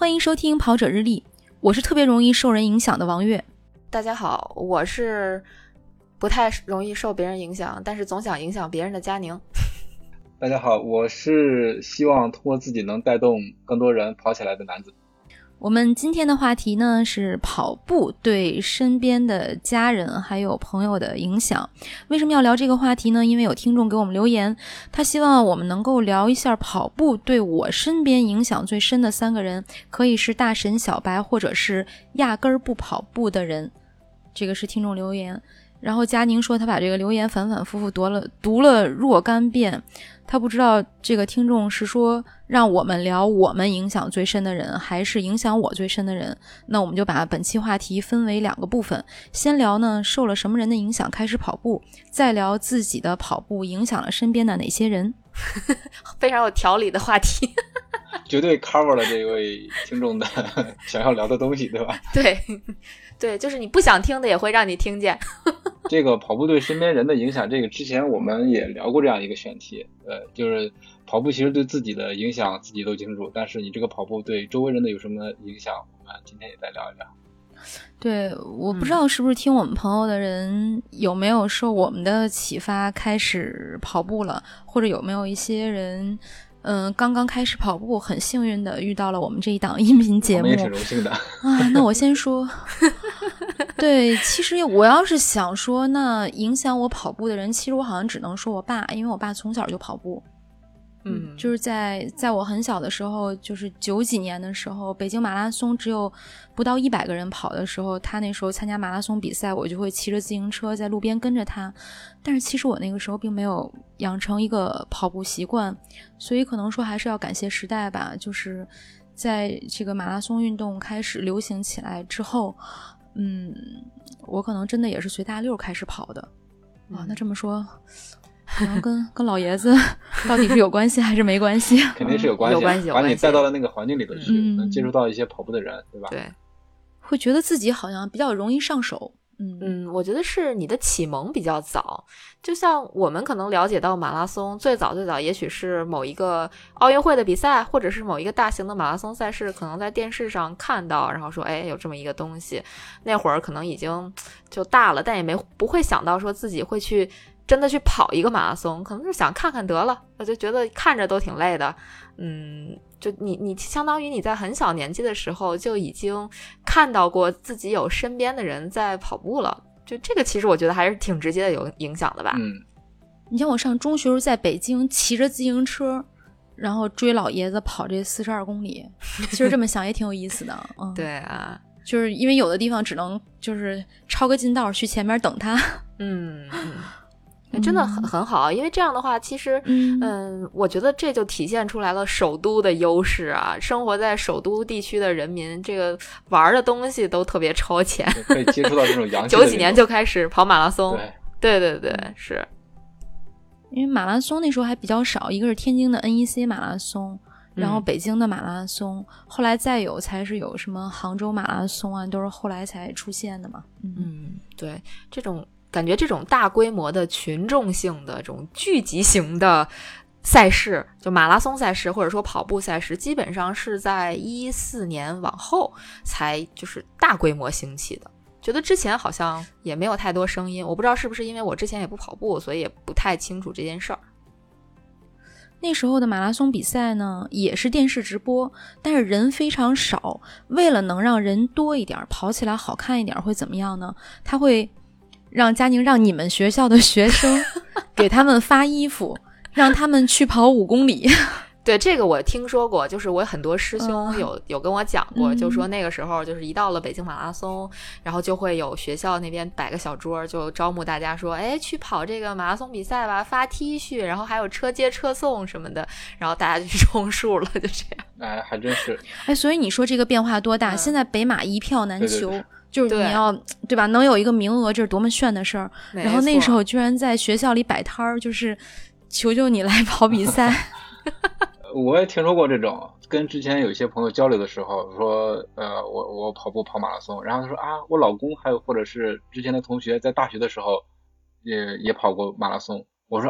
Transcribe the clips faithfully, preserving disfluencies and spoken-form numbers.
欢迎收听跑者日历，我是特别容易受人影响的王悦。 大家好，我是不太容易受别人影响，但是总想影响别人的佳宁。 大家好，我是希望通过自己能带动更多人跑起来的男子。 我们今天的话题呢是跑步对身边的家人还有朋友的影响。为什么要聊这个话题呢？因为有听众给我们留言，他希望我们能够聊一下跑步对我身边影响最深的三个人，可以是大神小白或者是压根儿不跑步的人。这个是听众留言。然后佳宁说他把这个留言反反复复读了读了若干遍，他不知道这个听众是说让我们聊我们影响最深的人，还是影响我最深的人。那我们就把本期话题分为两个部分，先聊呢受了什么人的影响开始跑步，再聊自己的跑步影响了身边的哪些人。 非常有条理的话题。 绝对 cover 了这位听众的想要聊的东西，对吧？ 对对，就是你不想听的也会让你听见。 这个跑步对身边人的影响，这个之前我们也聊过这样一个选题，呃，就是跑步其实对自己的影响自己都清楚，但是你这个跑步对周围人的有什么影响，我们今天也再聊一聊。对， 我不知道是不是听我们朋友的人有没有受我们的启发开始跑步了，或者有没有一些人嗯，刚刚开始跑步很幸运的遇到了我们这一档音频节目。 我们也挺荣幸的啊。那我先说对，其实我要是想说那影响我跑步的人，其实我好像只能说我爸，因为我爸从小就跑步。嗯，就是在在我很小的时候，就是九几年的时候，北京马拉松只有不到一百个人跑的时候，他那时候参加马拉松比赛，我就会骑着自行车在路边跟着他。但是其实我那个时候并没有养成一个跑步习惯，所以可能说还是要感谢时代吧。就是在这个马拉松运动开始流行起来之后，嗯，我可能真的也是随大溜开始跑的。啊，那这么说。可能跟跟老爷子到底是有关系还是没关系？ 肯定是有关系， 有关系， 把你带到了那个环境里头去， 嗯、 能接触到一些跑步的人，对吧？ 对， 会觉得自己好像比较容易上手。 嗯嗯，我觉得是你的启蒙比较早，就像我们可能了解到马拉松最早最早也许是某一个奥运会的比赛，或者是某一个大型的马拉松赛事，可能在电视上看到，然后说哎有这么一个东西，那会儿可能已经就大了，但也没不会想到说自己会去真的去跑一个马拉松，可能是想看看得了，我就觉得看着都挺累的。嗯，就你你相当于你在很小年纪的时候就已经看到过自己有身边的人在跑步了，就这个其实我觉得还是挺直接的有影响的吧。 嗯， 你像我上中学时候在北京骑着自行车，然后追老爷子跑这四十二公里，其实这么想也挺有意思的。嗯， 对啊， 就是因为有的地方只能就是抄个近道去前面等他。 嗯嗯。真的很很好，因为这样的话其实 嗯, 嗯我觉得这就体现出来了首都的优势啊，生活在首都地区的人民这个玩的东西都特别超前， 可以接触到这种洋气的九几年就开始跑马拉松。 对对对对，是因为马拉松那时候还比较少，一个是天津的 N E C 马拉松，然后北京的马拉松、嗯、后来再有才是有什么杭州马拉松啊，都是后来才出现的嘛。 嗯, 嗯对，这种感觉这种大规模的群众性的这种聚集型的赛事，就马拉松赛事或者说跑步赛事，基本上是在一四年往后才就是大规模兴起的，觉得之前好像也没有太多声音，我不知道是不是因为我之前也不跑步，所以也不太清楚这件事儿。 那时候的马拉松比赛呢也是电视直播，但是人非常少，为了能让人多一点，跑起来好看一点，会怎么样呢？他会让佳宁让你们学校的学生给他们发衣服让他们去跑五公里。 对，这个我听说过，就是我很多师兄有、uh, 有跟我讲过、嗯、就说那个时候就是一到了北京马拉松，然后就会有学校那边摆个小桌，就招募大家说哎，去跑这个马拉松比赛吧，发 T 恤，然后还有车接车送什么的，然后大家就去充数了，就这样。 哎，还真是。 哎，所以你说这个变化多大、嗯、现在北马一票难求， 对对对， 就是你要 对, 对吧，能有一个名额，这是多么炫的事儿。然后那时候居然在学校里摆摊儿，就是求求你来跑比赛。 我也听说过这种，跟之前有一些朋友交流的时候说，呃，我我跑步跑马拉松，然后他说啊，我老公还有或者是之前的同学在大学的时候也也跑过马拉松。我说啊，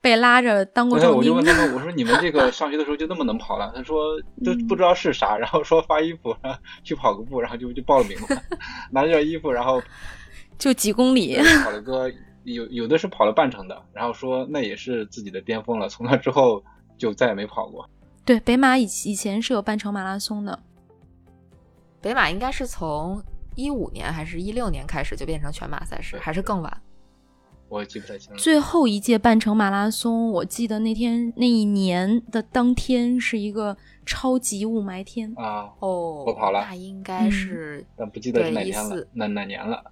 被拉着当过壮丁。 我就问他们，我说你们这个上学的时候就那么能跑了？他说都不知道是啥，然后说发衣服，然后去跑个步，然后就就报了名了，拿着衣服，然后就几公里跑了个有有的是跑了半程的，然后说那也是自己的巅峰了，从那之后就再也没跑过。 对，北马以以前是有半程马拉松的。 北马应该是从一五年还是一六年开始就变成全马赛事，还是更晚？ 我也记不太清了。 最后一届半程马拉松，我记得那天那一年的当天是一个超级雾霾天啊！ 哦， 我跑了， 那应该是、 嗯，但不记得是哪天了，哪哪年了？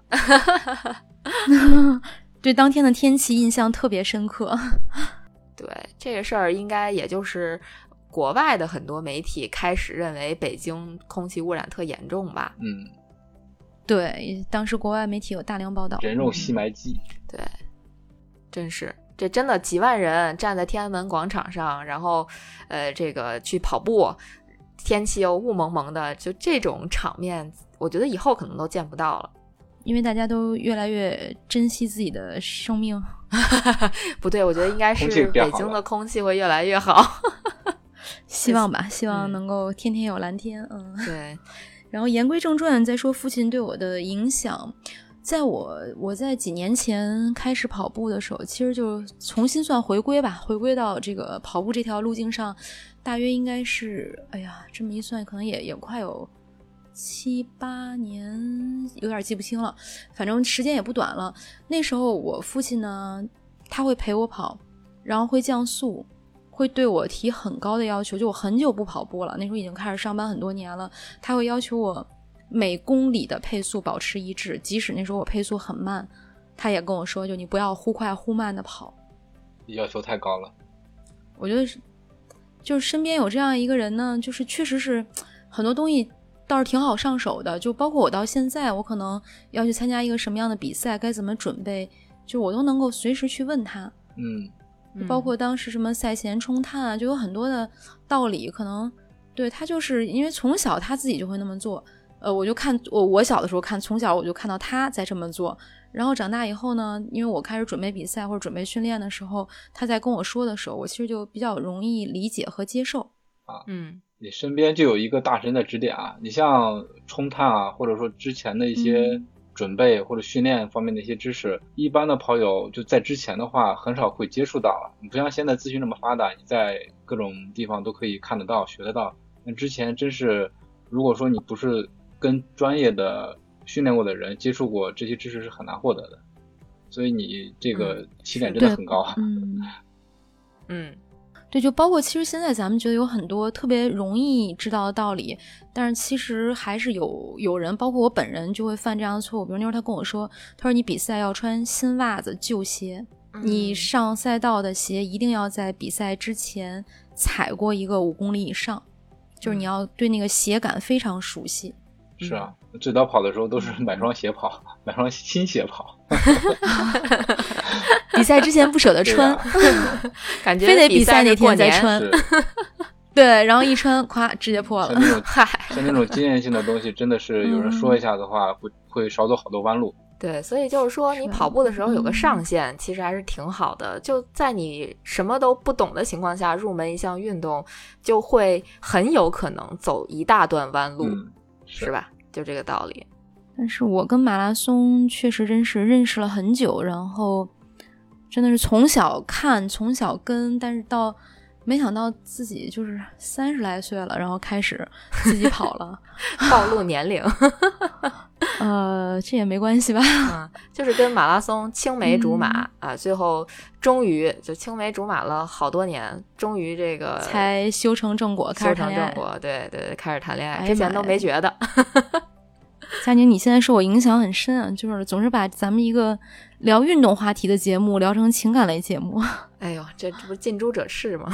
对当天的天气印象特别深刻。 对这个事儿，应该也就是国外的很多媒体开始认为北京空气污染特严重吧。 嗯， 对，当时国外媒体有大量报道。 人肉吸霾机、 嗯、对，真是这真的几万人站在天安门广场上，然后呃这个去跑步，天气又雾蒙蒙的，就这种场面我觉得以后可能都见不到了， 因为大家都越来越珍惜自己的生命。 不对，我觉得应该是北京的空气会越来越好。 希望吧，希望能够天天有蓝天。嗯， 对。 然后言归正传，再说父亲对我的影响。在我我在几年前开始跑步的时候，其实就重新算回归吧，回归到这个跑步这条路径上，大约应该是，哎呀，这么一算，可能也也快有七八年，有点记不清了，反正时间也不短了。那时候我父亲呢，他会陪我跑，然后会降速，会对我提很高的要求，就我很久不跑步了，那时候已经开始上班很多年了，他会要求我每公里的配速保持一致，即使那时候我配速很慢，他也跟我说，就你不要忽快忽慢的跑。 要求太高了。 我觉得是就是身边有这样一个人呢，就是确实是很多东西倒是挺好上手的，就包括我到现在我可能要去参加一个什么样的比赛，该怎么准备，就我都能够随时去问他。 嗯， 包括当时什么赛前冲碳啊，就有很多的道理，可能对他就是因为从小他自己就会那么做，呃，我就看我我小的时候看，从小我就看到他在这么做，然后长大以后呢，因为我开始准备比赛或者准备训练的时候，他在跟我说的时候，我其实就比较容易理解和接受啊。 嗯， 你身边就有一个大神的指点啊，你像冲碳啊，或者说之前的一些准备或者训练方面的一些知识，嗯、一般的跑友就在之前的话很少会接触到了。你不像现在资讯那么发达，你在各种地方都可以看得到、学得到。那之前真是，如果说你不是跟专业的训练过的人接触过，这些知识是很难获得的。所以你这个起点真的很高。 嗯嗯。 对，就包括其实现在咱们觉得有很多特别容易知道的道理，但是其实还是有有人，包括我本人就会犯这样的错误。比如那会儿他跟我说，他说你比赛要穿新袜子旧鞋， 嗯、 你上赛道的鞋一定要在比赛之前踩过一个五公里以上，就是你要对那个鞋感非常熟悉。 是啊，最早跑的时候都是买双鞋跑，买双新鞋跑。 比赛之前不舍得穿， 啊、 感觉非得比赛那天再穿。对，然后一穿，咵，直接破了。 像那种像那种经验性的东西，真的是有人说一下的话，会、嗯、会少走好多弯路。 对，所以就是说，你跑步的时候有个上限，其实还是挺好的。就在你什么都不懂的情况下入门一项运动，就会很有可能走一大段弯路， 嗯、是, 是吧？就这个道理。 但是我跟马拉松确实真是认识了很久，然后真的是从小看从小跟，但是到没想到自己就是三十来岁了，然后开始自己跑了。 暴露年龄。 呃，这也没关系吧。 嗯，就是跟马拉松青梅竹马、嗯、啊，最后终于就青梅竹马了好多年，终于这个才修成正果，开始谈恋爱。 修成正果，对对，开始谈恋爱，哎、之前都没觉得。 佳宁，你现在受我影响很深啊，就是总是把咱们一个聊运动话题的节目聊成情感类节目。 哎呦，这这不是近朱者赤吗？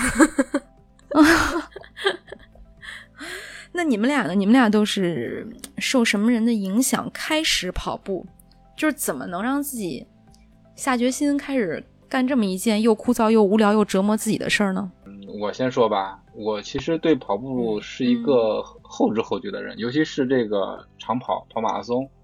那你们俩呢？你们俩都是受什么人的影响开始跑步？就是怎么能让自己下决心开始干这么一件又枯燥又无聊又折磨自己的事儿呢？ 嗯，我先说吧，我其实对跑步是一个后知后觉的人，嗯、尤其是这个长跑跑马拉松，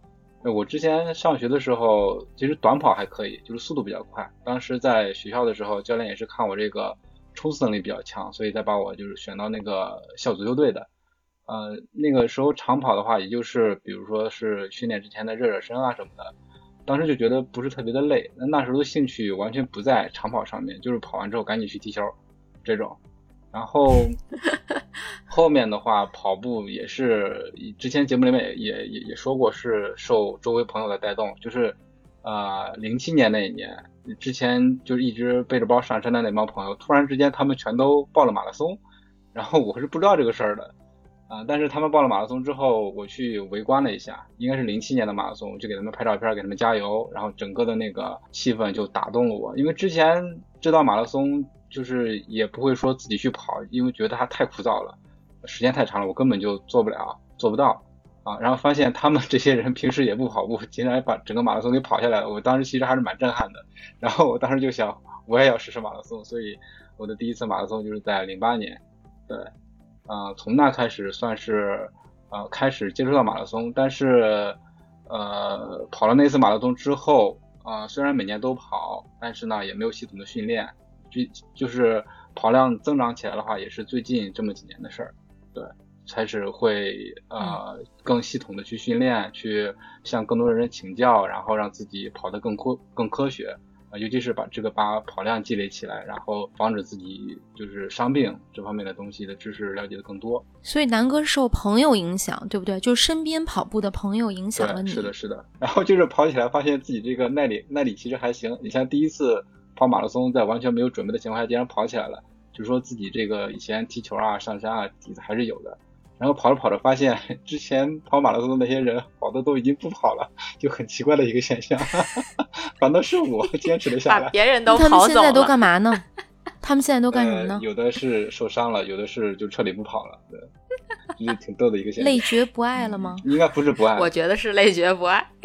我之前上学的时候，其实短跑还可以，就是速度比较快。当时在学校的时候，教练也是看我这个冲刺能力比较强，所以才把我就是选到那个校足球队的。呃，那个时候长跑的话，也就是比如说是训练之前的热热身啊什么的，当时就觉得不是特别的累。那那时候的兴趣完全不在长跑上面，就是跑完之后赶紧去踢球这种。然后后面的话，跑步也是之前节目里面也也也说过，是受周围朋友的带动，就是呃零七年那一年，之前就一直背着包上山的那帮朋友，突然之间他们全都报了马拉松，然后我是不知道这个事儿的啊、呃，但是他们报了马拉松之后，我去围观了一下，应该是零七年的马拉松，我就给他们拍照片，给他们加油，然后整个的那个气氛就打动了我，因为之前知道马拉松。就是也不会说自己去跑，因为觉得它太枯燥了，时间太长了，我根本就做不了，做不到啊。然后发现他们这些人平时也不跑步，竟然把整个马拉松给跑下来了，我当时其实还是蛮震撼的。然后我当时就想，我也要试试马拉松，所以我的第一次马拉松就是在零八年，对，呃，从那开始算是呃开始接触到马拉松，但是呃跑了那次马拉松之后，呃虽然每年都跑，但是呢也没有系统的训练。就就是跑量增长起来的话，也是最近这么几年的事儿，对，开始会呃更系统的去训练，去向更多的人请教，然后让自己跑得更科更科学啊、呃，尤其是把这个把跑量积累起来，然后防止自己就是伤病这方面的东西的知识了解的更多。 所以南哥受朋友影响，对不对？就身边跑步的朋友影响了你。 是的，是的。然后就是跑起来发现自己这个耐力耐力其实还行。你像第一次跑马拉松，在完全没有准备的情况下竟然跑起来了，就是说自己这个以前踢球啊上山啊底子还是有的。然后跑着跑着发现之前跑马拉松的那些人跑的都已经不跑了，就很奇怪的一个现象反倒是我坚持了下来。 把别人都跑走了。 他们现在都干嘛呢？他们现在都干什么呢、 呃、有的是受伤了，有的是就彻底不跑了，对，就是挺逗的一个现象。 累觉不爱了吗？ 应该不是不爱， 我觉得是累觉不爱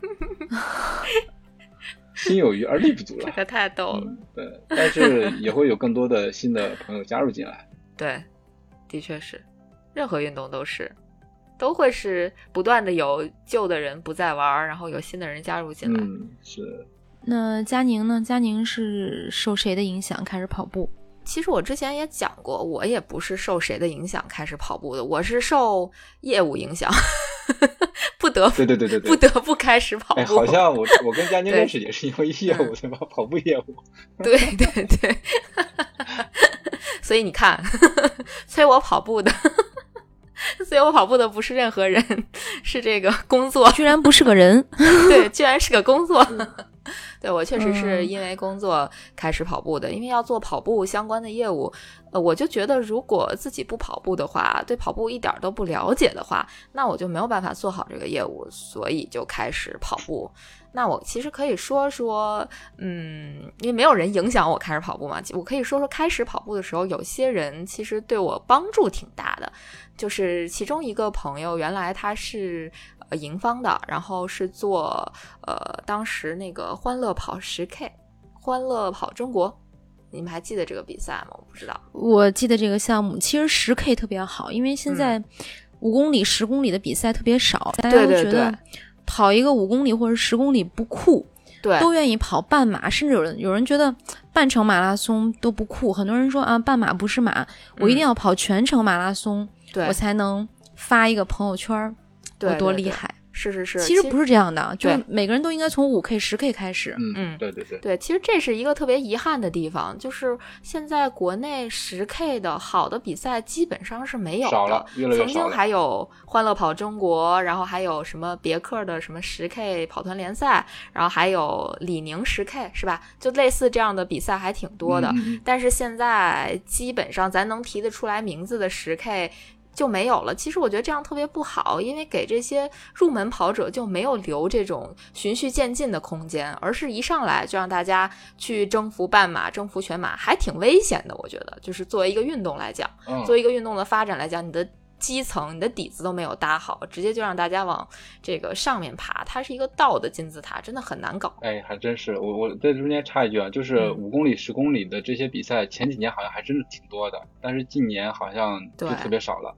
心有余而力不足了， 这个太逗了、 嗯、对，但是也会有更多的新的朋友加入进来。 对，的确是，任何运动都是都会是不断的有旧的人不再玩，然后有新的人加入进来。 嗯，是。 那佳宁呢？佳宁是受谁的影响开始跑步？ 其实我之前也讲过，我也不是受谁的影响开始跑步的，我是受业务影响不得不对对对对对不得不开始跑步。 哎，好像我我跟佳宁认识也是因为业务对吧？跑步业务。 对对对所以你看催我跑步的所以我跑步的不是任何人，是这个工作。 居然不是个人对，居然是个工作对，我确实是因为工作开始跑步的、嗯、因为要做跑步相关的业务，呃，我就觉得如果自己不跑步的话，对跑步一点都不了解的话，那我就没有办法做好这个业务，所以就开始跑步。那我其实可以说说，嗯，因为没有人影响我开始跑步嘛，我可以说说开始跑步的时候，有些人其实对我帮助挺大的。就是其中一个朋友，原来他是呃营方的，然后是做呃当时那个欢乐跑 十K， 欢乐跑中国，你们还记得这个比赛吗？我不知道。 我记得这个项目，其实 十K 特别好，因为现在五公里、十公里的比赛特别少，大家都觉得跑一个五公里或者十公里不酷， 对， 都愿意跑半马，甚至有人有人觉得半程马拉松都不酷。很多人说啊，半马不是马，我一定要跑全程马拉松， 对、嗯， 我才能发一个朋友圈， 对， 我多厉害。 是是是， 其实不是这样的，就是每个人都应该从五 K、十 K 开始。 嗯，对对对对，其实这是一个特别遗憾的地方，就是现在国内十 K 的好的比赛基本上是没有的， 少了，越来越少了。 曾经还有欢乐跑中国，然后还有什么别克的什么十 K 跑团联赛，然后还有李宁十 K 是吧？就类似这样的比赛还挺多的， 嗯、 但是现在基本上咱能提得出来名字的十 K。就没有了。其实我觉得这样特别不好，因为给这些入门跑者就没有留这种循序渐进的空间，而是一上来就让大家去征服半马、征服全马，还挺危险的。我觉得就是作为一个运动来讲、嗯、作为一个运动的发展来讲，你的基层你的底子都没有搭好，直接就让大家往这个上面爬，它是一个倒的金字塔，真的很难搞。 哎，还真是。我我在中间插一句啊，就是五公里、十公里的这些比赛，前几年好像还真是挺多的，但是近年好像就特别少了。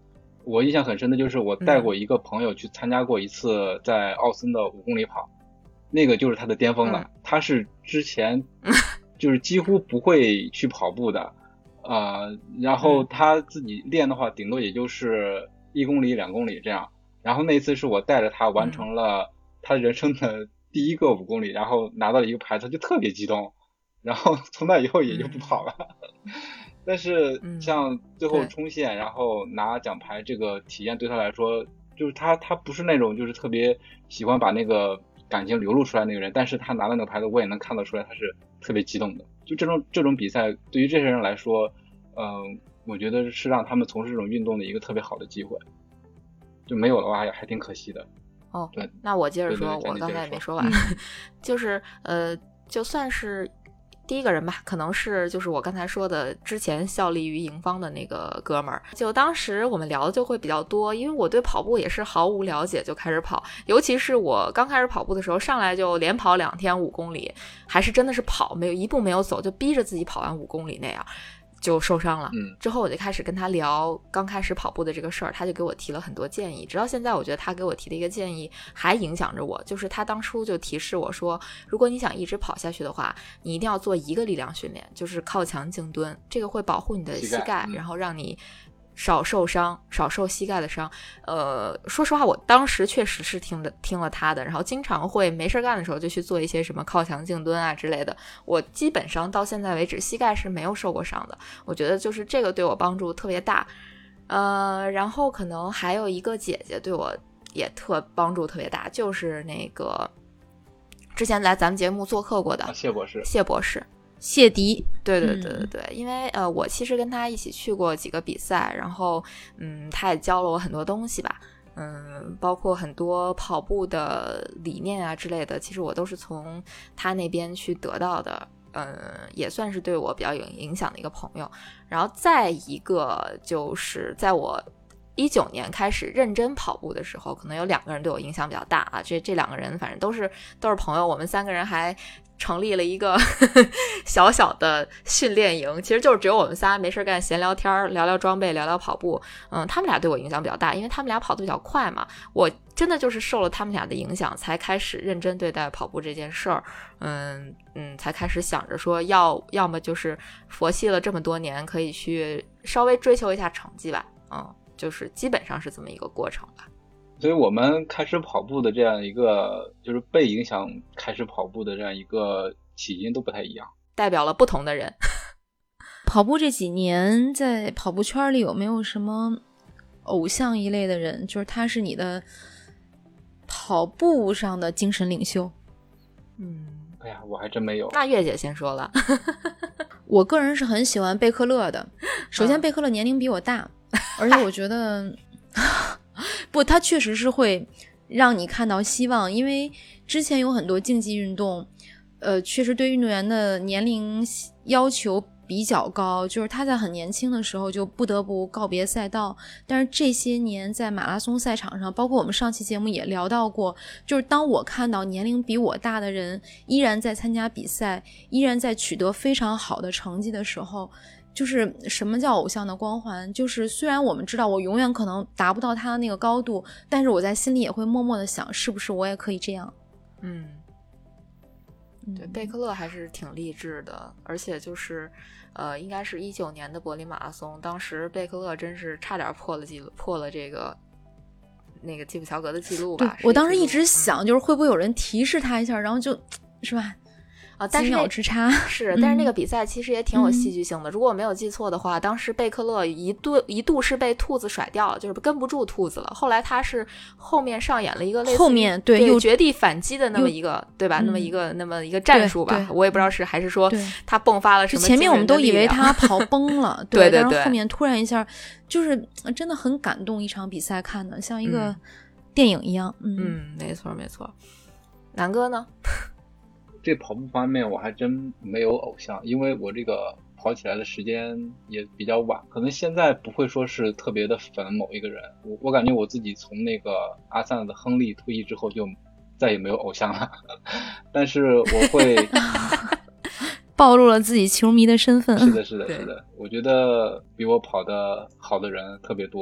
我印象很深的就是我带过一个朋友去参加过一次在奥森的五公里跑，嗯、那个就是他的巅峰了。嗯、他是之前就是几乎不会去跑步的，呃，然后他自己练的话，顶多也就是一公里、两公里这样。然后那次是我带着他完成了他人生的第一个五公里，然后拿到了一个牌子，就特别激动。然后从那以后也就不跑了。嗯、但是像最后冲线、嗯、然后拿奖牌这个体验对他来说，就是他他不是那种就是特别喜欢把那个感情流露出来那个人，但是他拿了那个牌子我也能看得出来他是特别激动的。就这种这种比赛对于这些人来说，嗯、呃，我觉得是让他们从事这种运动的一个特别好的机会，就没有的话还挺可惜的。 哦，对，那我接着说，我刚才也没说完，就是呃，就算是第一个人吧，可能是就是我刚才说的之前效力于营方的那个哥们儿，就当时我们聊的就会比较多，因为我对跑步也是毫无了解就开始跑，尤其是我刚开始跑步的时候，上来就连跑两天五公里，还是真的是跑，没有一步没有走，就逼着自己跑完五公里那样。就受伤了， 嗯， 之后我就开始跟他聊刚开始跑步的这个事儿，他就给我提了很多建议，直到现在我觉得他给我提的一个建议还影响着我，就是他当初就提示我说，如果你想一直跑下去的话，你一定要做一个力量训练，就是靠墙静蹲，这个会保护你的膝盖， 膝盖嗯、 然后让你少受伤，少受膝盖的伤。呃，说实话，我当时确实是听了听了他的，然后经常会没事干的时候就去做一些什么靠墙静蹲啊之类的。我基本上到现在为止，膝盖是没有受过伤的。我觉得就是这个对我帮助特别大。呃，然后可能还有一个姐姐对我也特帮助特别大，就是那个之前来咱们节目做客过的、 啊、谢博士， 谢博士。 谢迪， 对对对对对、嗯，因为呃，我其实跟他一起去过几个比赛，然后嗯，他也教了我很多东西吧，嗯，包括很多跑步的理念啊之类的，其实我都是从他那边去得到的，嗯，也算是对我比较有影响的一个朋友。然后再一个就是在我一九年开始认真跑步的时候，可能有两个人对我影响比较大啊，这这两个人反正都是都是朋友，我们三个人还成立了一个呵呵小小的训练营，其实就是只有我们仨没事干闲聊天，聊聊装备，聊聊跑步。嗯，他们俩对我影响比较大，因为他们俩跑得比较快嘛，我真的就是受了他们俩的影响才开始认真对待跑步这件事儿。嗯嗯，才开始想着说要要么就是佛系了这么多年，可以去稍微追求一下成绩吧。嗯，就是基本上是这么一个过程吧。 所以我们开始跑步的这样一个，就是被影响开始跑步的这样一个起因都不太一样， 代表了不同的人。 跑步这几年在跑步圈里有没有什么偶像一类的人，就是他是你的跑步上的精神领袖？ 嗯， 哎呀，我还真没有。 那月姐先说了。 我个人是很喜欢贝克勒的。首先贝克勒年龄比我大、嗯、而且我觉得不，他确实是会让你看到希望，因为之前有很多竞技运动呃，确实对运动员的年龄要求比较高，就是他在很年轻的时候就不得不告别赛道。但是这些年在马拉松赛场上，包括我们上期节目也聊到过，就是当我看到年龄比我大的人依然在参加比赛，依然在取得非常好的成绩的时候，就是什么叫偶像的光环，就是虽然我们知道我永远可能达不到他的那个高度，但是我在心里也会默默的想，是不是我也可以这样。 嗯，对，贝克勒还是挺励志的，而且就是呃，应该是一九年的柏林马拉松，当时贝克勒真是差点破了记录，破了这个那个基普乔格的记录吧。 我当时一直想、嗯、就是会不会有人提示他一下，然后就是吧啊，但是几秒之差是，但是那个比赛其实也挺有戏剧性的、嗯、如果我没有记错的话，当时贝克勒一度一度是被兔子甩掉了，就是跟不住兔子了，后来他是后面上演了一个类似后面对对绝地反击的那么一个对吧、嗯、那么一个那么一个战术吧，我也不知道是还是说他迸发了什么， 前面我们都以为他跑崩了对对对， 但是后面突然一下就是真的很感动，一场比赛看的像一个电影一样。 嗯, 嗯没错没错。南哥呢？ 这跑步方面我还真没有偶像，因为我这个跑起来的时间也比较晚，可能现在不会说是特别的粉某一个人。我我感觉我自己从那个阿森纳的亨利退役之后就再也没有偶像了，但是我会暴露了自己球迷的身份。 是的是的是的，我觉得比我跑得好的人特别多，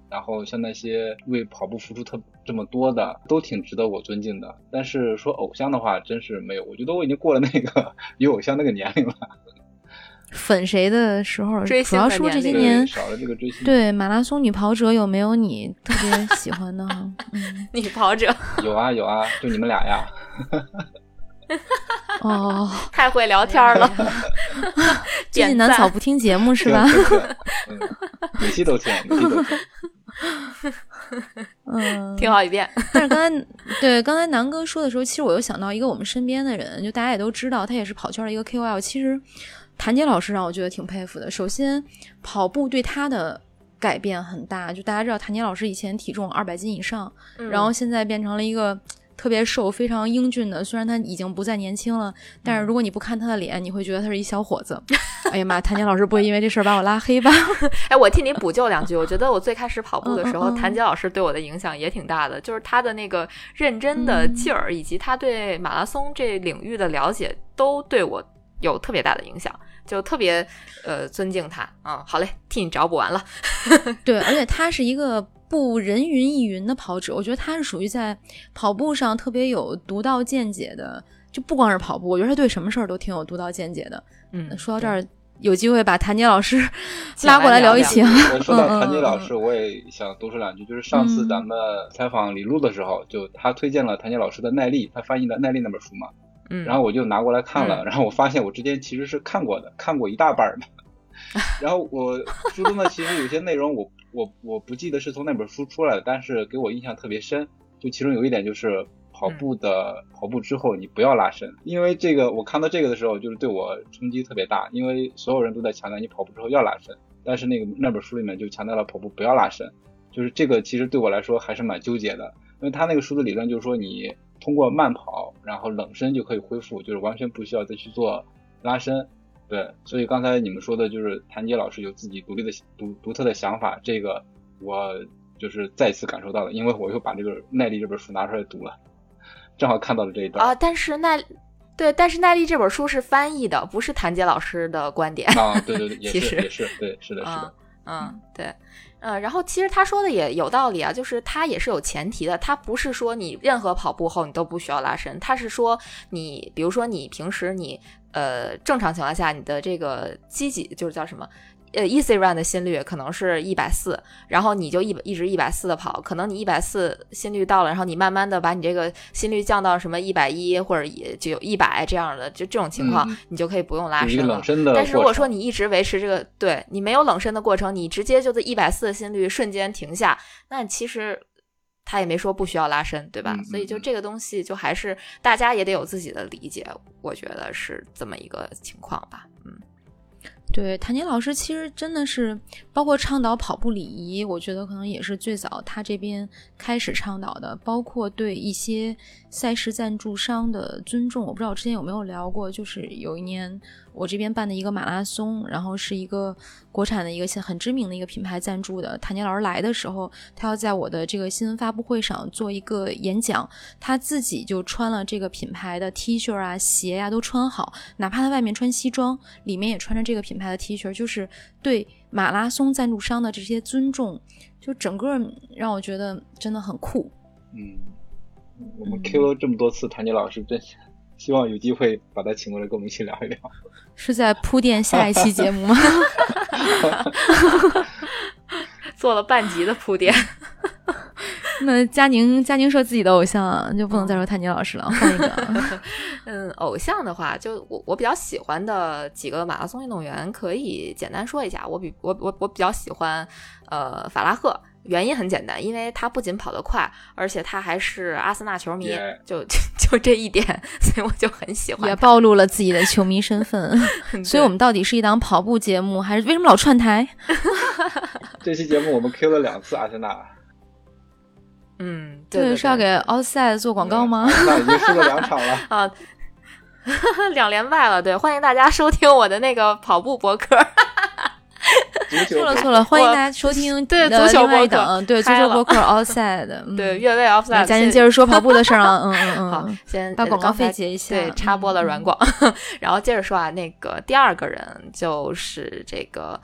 然后像那些为跑步付出特这么多的，都挺值得我尊敬的。但是说偶像的话，真是没有，我觉得我已经过了那个有偶像那个年龄了。 粉谁的时候， 主要说这些年少了这个追星。 对马拉松女跑者有没有你特别喜欢的？嗯， 女跑者有啊有啊，就你们俩呀。 哦， 太会聊天了。 最近南草不听节目是吧？ 嗯，每期都听，每期都听。 嗯， 听好一遍。 但是刚才对刚才南哥说的时候，其实我又想到一个我们身边的人，就大家也都知道，他也是跑圈的一个 K O L。其实谭杰老师让我觉得挺佩服的。首先，跑步对他的改变很大，就大家知道谭杰老师以前体重二百斤以上， 嗯、 然后现在变成了一个特别瘦、非常英俊的。虽然他已经不再年轻了，但是如果你不看他的脸，你会觉得他是一小伙子。哎呀妈，谭杰老师不会因为这事儿把我拉黑吧？ 哎，我替你补救两句。我觉得我最开始跑步的时候， 嗯嗯嗯谭杰老师对我的影响也挺大的，就是他的那个认真的劲儿，嗯、以及他对马拉松这领域的了解，都对我有特别大的影响。就特别呃尊敬他。嗯，好嘞，替你找补完了。 对，而且他是一个不人云亦云的跑者，我觉得他是属于在跑步上特别有独到见解的，就不光是跑步，我觉得他对什么事儿都挺有独到见解的。 嗯， 说到这儿，有机会把谭杰老师拉过来聊一期啊。 说到谭杰老师，我也想多说两句，就是上次咱们采访李璐的时候，就他推荐了谭杰老师的《耐力》，他翻译的《耐力》那本书嘛。 嗯， 然后我就拿过来看了， 嗯、 然后我发现我之前其实是看过的，看过一大半的。然后我书中呢，其实有些内容我我我不记得是从那本书出来的，但是给我印象特别深。就其中有一点就是跑步的、嗯、跑步之后你不要拉伸，因为这个我看到这个的时候，就是对我冲击特别大，因为所有人都在强调你跑步之后要拉伸，但是那个那本书里面就强调了跑步不要拉伸，就是这个其实对我来说还是蛮纠结的，因为他那个书的理论就是说你通过慢跑，然后冷身就可以恢复，就是完全不需要再去做拉伸。对，所以刚才你们说的就是谭杰老师有自己独立的独独特的想法，这个我就是再次感受到了，因为我又把这个《耐力》这本书拿出来读了，正好看到了这一段啊。但是耐对，但是《耐力》这本书是翻译的，不是谭杰老师的观点啊。对对对，也是也是，对，是的，是的， 嗯，嗯对。呃，然后其实他说的也有道理啊，就是他也是有前提的，他不是说你任何跑步后你都不需要拉伸，他是说你比如说你平时你呃正常情况下你的这个积极就是叫什么呃 easy run 的心率可能是一百四，然后你就一一直一百四的跑，可能你一百四心率到了，然后你慢慢的把你这个心率降到什么一百一或者也就有一百这样的，就这种情况、嗯、你就可以不用拉伸了。 冷身的但是如果说你一直维持这个，对你没有冷身的过程，你直接就在一百四的心率瞬间停下，那其实他也没说不需要拉伸，对吧？ 嗯、 所以就这个东西就还是大家也得有自己的理解，我觉得是这么一个情况吧。嗯。 对，谭杰老师其实真的是包括倡导跑步礼仪，我觉得可能也是最早他这边开始倡导的，包括对一些赛事赞助商的尊重。我不知道我之前有没有聊过，就是有一年我这边办的一个马拉松，然后是一个国产的一个很知名的一个品牌赞助的，谭杰老师来的时候，他要在我的这个新闻发布会上做一个演讲，他自己就穿了这个品牌的 T 恤啊鞋啊都穿好，哪怕他外面穿西装，里面也穿着这个品牌的 T 恤，就是对马拉松赞助商的这些尊重，就整个让我觉得真的很酷。 嗯，我们 Q 了这么多次谭杰老师，真是希望有机会把他请过来跟我们一起聊一聊。 是在铺垫下一期节目吗？ 做了半集的铺垫。 那佳宁佳宁说自己的偶像就不能再说谭杰老师了，换一个。 嗯，偶像的话，就我我比较喜欢的几个马拉松运动员，可以简单说一下。我比我我我比较喜欢呃法拉赫，原因很简单，因为他不仅跑得快，而且他还是阿森纳球迷， yeah. 就就这一点，所以我就很喜欢。 也暴露了自己的球迷身份。所以我们到底是一档跑步节目，还是为什么老串台？ 这期节目我们 Q 了两次阿森纳。 嗯，对对对， 是要给奥赛做广告吗？ 那已经输了两场了啊，两连败了。对，欢迎大家收听我的那个跑步博客。 错了错了，欢迎大家收听对足球博客，对足球博客 Offside， 对越位 Offside。 咱先接着说跑步的事儿啊，嗯嗯嗯， 好，先把广告费结一下。 对，插播了软广，然后接着说啊，那个第二个人就是这个。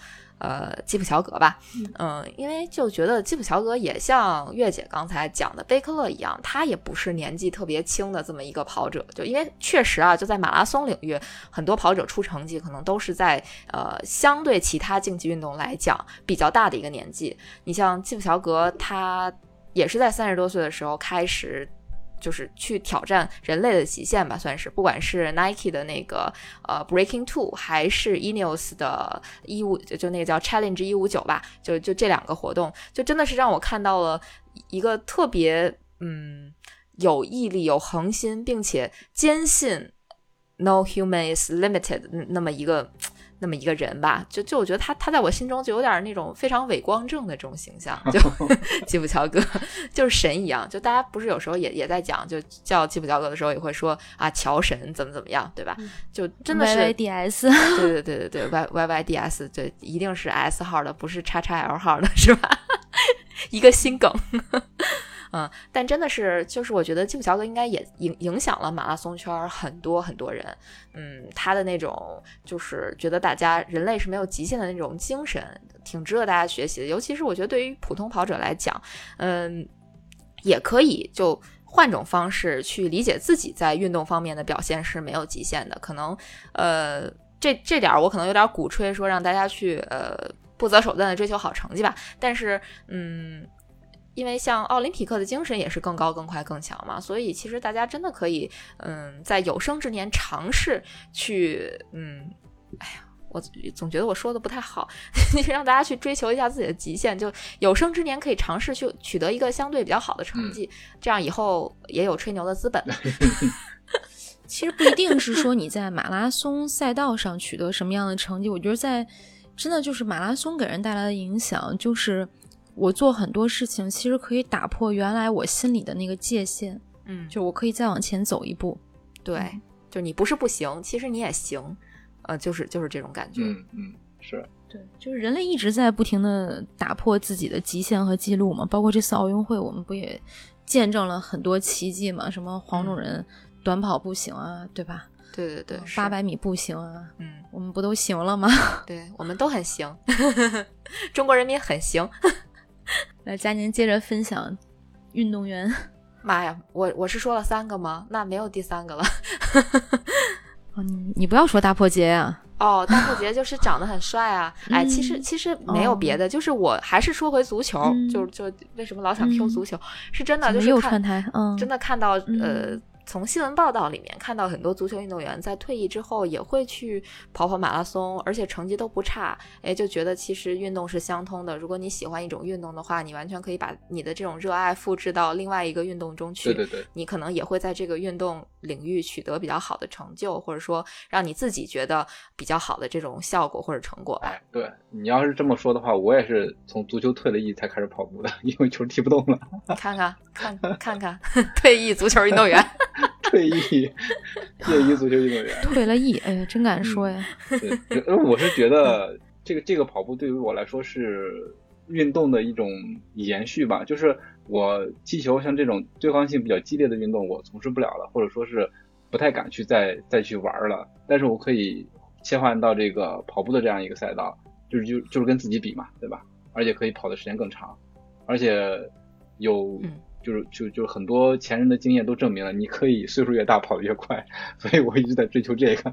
呃基普乔格吧。嗯、呃，因为就觉得基普乔格也像月姐刚才讲的贝克勒一样，他也不是年纪特别轻的这么一个跑者，就因为确实啊，就在马拉松领域，很多跑者出成绩可能都是在呃相对其他竞技运动来讲比较大的一个年纪。你像基普乔格，他也是在三十多岁的时候开始就是去挑战人类的极限吧，算是，不管是 Nike 的那个呃 Breaking Two 还是 Ineos 的一五就那个叫 Challenge 一五九吧，就就这两个活动，就真的是让我看到了一个特别嗯有毅力、有恒心，并且坚信 No human is limited 那么一个那么一个人吧，就就我觉得他他在我心中就有点那种非常伪光正的这种形象，就基普乔格就是神一样，就大家不是有时候也也在讲，就叫基普乔格的时候也会说啊乔神怎么怎么样，对吧？就真的是 Y Y D S， 对对对对对 Y Y Y D S， 对，一定是 S 号的，不是 X X L 号的，是吧？一个新梗。嗯，但真的是，就是我觉得基普乔格应该也影影响了马拉松圈很多很多人。嗯，他的那种就是觉得大家人类是没有极限的那种精神，挺值得大家学习的。尤其是我觉得对于普通跑者来讲，嗯，也可以就换种方式去理解自己在运动方面的表现是没有极限的。可能呃，这这点我可能有点鼓吹说让大家去呃不择手段的追求好成绩吧。但是嗯。因为像奥林匹克的精神也是更高更快更强嘛，所以其实大家真的可以嗯在有生之年尝试去嗯哎呀我总觉得我说的不太好让大家去追求一下自己的极限，就有生之年可以尝试去取得一个相对比较好的成绩、嗯、这样以后也有吹牛的资本其实不一定是说你在马拉松赛道上取得什么样的成绩，我觉得在真的就是马拉松给人带来的影响就是我做很多事情其实可以打破原来我心里的那个界限， 嗯， 就我可以再往前走一步。 对、嗯、就你不是不行，其实你也行，呃，就是就是这种感觉。 嗯嗯，是对，就是人类一直在不停的打破自己的极限和记录嘛，包括这次奥运会我们不也见证了很多奇迹嘛，什么黄种人短跑不行啊、嗯、对吧？ 对对对， 八百米步行啊， 嗯， 我们不都行了吗？ 对，我们都很行中国人民很行来，佳宁接着分享运动员。 妈呀，我我是说了三个吗？那没有第三个了哦、你, 你不要说大破节啊。 哦，大破节就是长得很帅啊哎，其实其实没有别的、哦、就是我还是说回足球、嗯、就就为什么老想 Q 足球、嗯、是真的就是又串台、嗯、 真的看到、 嗯、 呃从新闻报道里面看到很多足球运动员在退役之后也会去跑跑马拉松，而且成绩都不差，哎，就觉得其实运动是相通的。如果你喜欢一种运动的话，你完全可以把你的这种热爱复制到另外一个运动中去。 对对对， 你可能也会在这个运动领域取得比较好的成就，或者说让你自己觉得比较好的这种效果或者成果吧。 哎，对，你要是这么说的话，我也是从足球退了役才开始跑步的，因为球踢不动了。 看看看看看退役足球运动员退役业余足球运动员退了役，哎呀，真敢说呀、 嗯、对，我是觉得这个这个跑步对于我来说是运动的一种延续吧，就是我踢球像这种对抗性比较激烈的运动我从事不了了，或者说是不太敢去再再去玩了，但是我可以切换到这个跑步的这样一个赛道，就是就就是跟自己比嘛，对吧？而且可以跑的时间更长，而且有、嗯就是就就很多前人的经验都证明了，你可以岁数越大跑得越快，所以我一直在追求这个。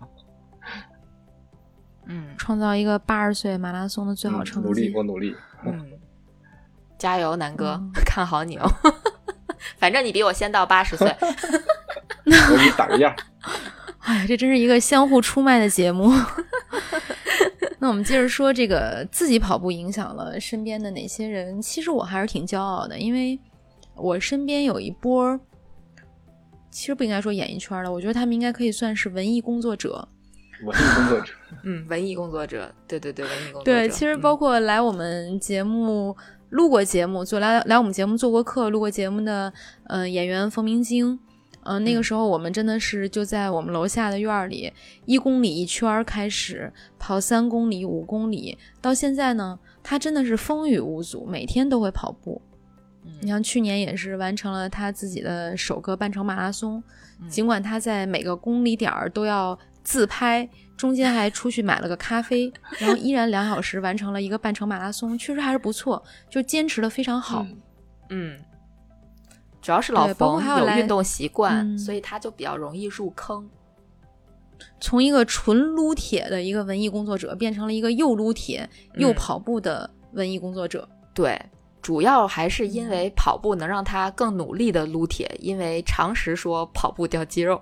嗯， 创造一个八十岁马拉松的最好成绩。 嗯、努力，我努力。 嗯，加油，南哥，嗯、看好你哦。反正你比我先到八十岁。 我给你打个样。 哎呀，这真是一个相互出卖的节目。那我们接着说这个自己跑步影响了身边的哪些人？其实我还是挺骄傲的，因为我身边有一波，其实不应该说演艺圈的，我觉得他们应该可以算是文艺工作者。 文艺工作者， 嗯，文艺工作者，对对对，文艺工作者。 对，其实包括来我们节目、嗯、录过节目，做来来我们节目做过客、录过节目的，呃，演员冯明晶。嗯、呃，那个时候我们真的是就在我们楼下的院里，一公里一圈开始跑三公里、五公里，到现在呢，他真的是风雨无阻，每天都会跑步。你像去年也是完成了他自己的首个半程马拉松、嗯、尽管他在每个公里点都要自拍，中间还出去买了个咖啡，然后依然两小时完成了一个半程马拉松，确实还是不错，就坚持的非常好。 嗯，嗯主要是老冯有运动习惯、嗯、所以他就比较容易入坑。 从一个纯撸铁的一个文艺工作者变成了一个又撸铁又跑步的文艺工作者、 嗯、对，主要还是因为跑步能让他更努力的撸铁，因为常识说跑步掉肌肉。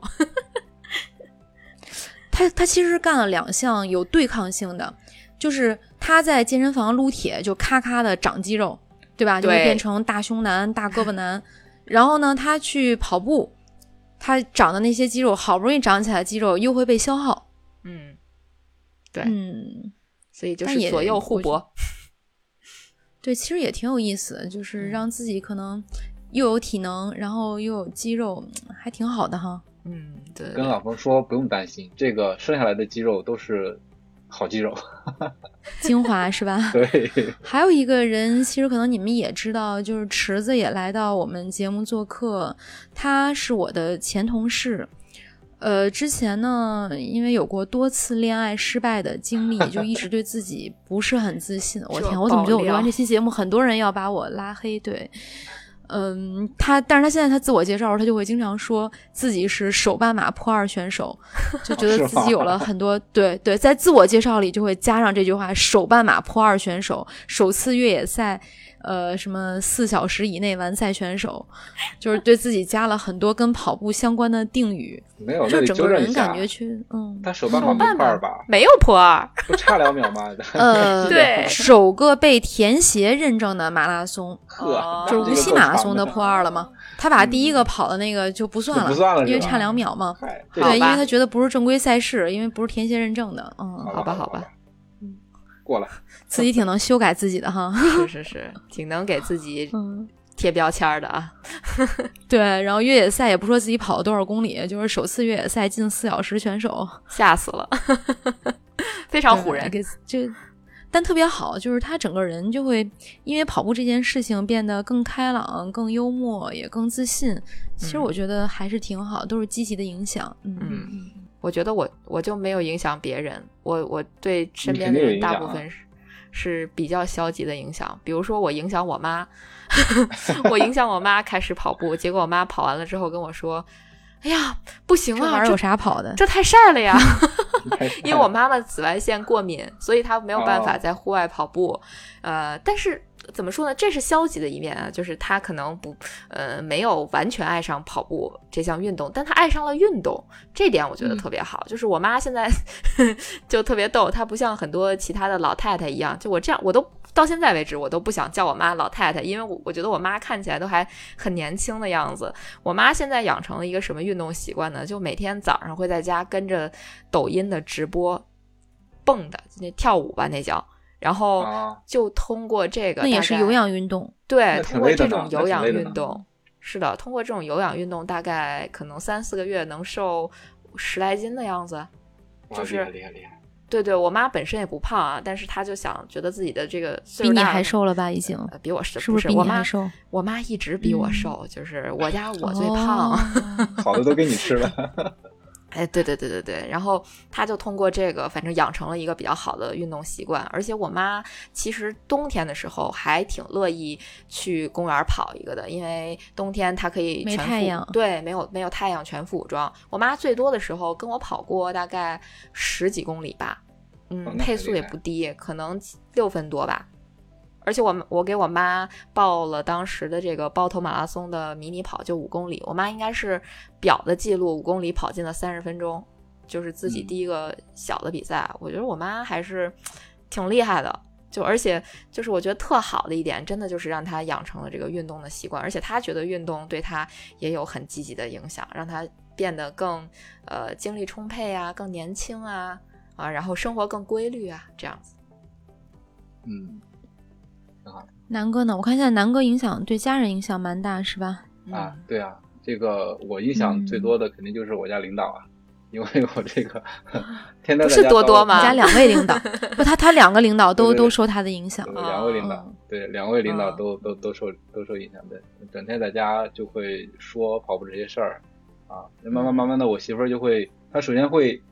他他其实干了两项有对抗性的，就是他在健身房撸铁就咔咔的长肌肉，对吧？就会变成大胸男大胳膊男。然后呢他去跑步，他长的那些肌肉好不容易长起来的肌肉又会被消耗。 嗯，对， 嗯， 所以就是左右互搏。 对，其实也挺有意思的，就是让自己可能又有体能然后又有肌肉，还挺好的哈。 嗯，对， 跟老冯说不用担心，这个剩下来的肌肉都是好肌肉， 精华是吧？ 对。 还有一个人，其实可能你们也知道，就是池子也来到我们节目做客，他是我的前同事。呃，之前呢，因为有过多次恋爱失败的经历，就一直对自己不是很自信。我天，我怎么觉得我录完这期节目，很多人要把我拉黑？对。嗯，他但是他现在他自我介绍他就会经常说自己是手半马破二选手，就觉得自己有了很多对对，在自我介绍里就会加上这句话，手半马破二选手，首次越野赛呃什么四小时以内完赛选手，就是对自己加了很多跟跑步相关的定语。 没有， 就整个人感觉去嗯， 他手半马没破二吧？ 没有破二， 不差两秒吗？ 呃， 对， 首个被田协认证的马拉松， 呵， 就是无锡马拉松的破二了吗？他把第一个跑的那个就不算了， 不算了， 因为差两秒嘛。 对， 因为他觉得不是正规赛事，因为不是田协认证的。嗯， 好吧，好吧， 嗯，过了， 自己挺能修改自己的哈。 是是是，挺能给自己贴标签的啊。 对，然后越野赛也不说自己跑了多少公里，就是首次越野赛近四小时选手， 吓死了，非常唬人。 就但特别好，就是他整个人就会因为跑步这件事情变得更开朗、更幽默，也更自信。其实我觉得还是挺好，都是积极的影响。嗯， 嗯我觉得我我就没有影响别人，我我对身边的人大部分是是比较消极的影响。比如说我影响我妈，我影响我妈开始跑步，结果我妈跑完了之后跟我说：“哎呀，不行啊， 这玩意儿有啥跑的？ 这太晒了呀！”因为我妈妈紫外线过敏，所以她没有办法在户外跑步。哦、呃，但是怎么说呢？这是消极的一面啊，就是她可能不呃没有完全爱上跑步这项运动，但她爱上了运动，这点我觉得特别好。嗯、就是我妈现在就特别逗，她不像很多其他的老太太一样，就我这样，我都到现在为止我都不想叫我妈老太太，因为我我觉得我妈看起来都还很年轻的样子。我妈现在养成了一个什么运动习惯呢？就每天早上会在家跟着抖音的直播蹦的，那跳舞吧那叫，然后就通过这个， 那也是有氧运动。 对，通过这种有氧运动，是的，通过这种有氧运动，大概可能三四个月能瘦十来斤的样子，就是厉害厉害。 对对，我妈本身也不胖啊，但是她就想觉得自己的这个岁数大， 比你还瘦了吧？已经、 呃、比我是是不是比你还瘦？ 我妈一直比我瘦，嗯、就是我家我最胖， 哦、 好的都给你吃了。 哎，对对对对对，然后她就通过这个，反正养成了一个比较好的运动习惯。而且我妈其实冬天的时候还挺乐意去公园跑一个的，因为冬天她可以全副没太阳， 对，没有没有太阳，全副武装。我妈最多的时候跟我跑过大概十几公里吧，嗯，配速也不低，可能六分多吧。而且我我给我妈报了当时的这个包头马拉松的迷你跑，就五公里。我妈应该是表的记录，五公里跑进了三十分钟，就是自己第一个小的比赛。嗯、我觉得我妈还是挺厉害的，就而且就是我觉得特好的一点，真的就是让她养成了这个运动的习惯，而且她觉得运动对她也有很积极的影响，让她变得更呃精力充沛啊，更年轻啊啊，然后生活更规律啊，这样子。 嗯。 南哥呢？我看现在南哥影响对家人影响蛮大，是吧？ 啊，对啊，这个我影响最多的肯定就是我家领导啊，嗯、因为我这个天天不是多多吗？ 你家两位领导，不，他他两个领导都都受他的影响。 对两位领导，哦、对两位领导都、哦、都都受都受影响的，整天在家就会说跑步这些事儿啊，慢慢慢慢的，我媳妇儿就会，她首先会。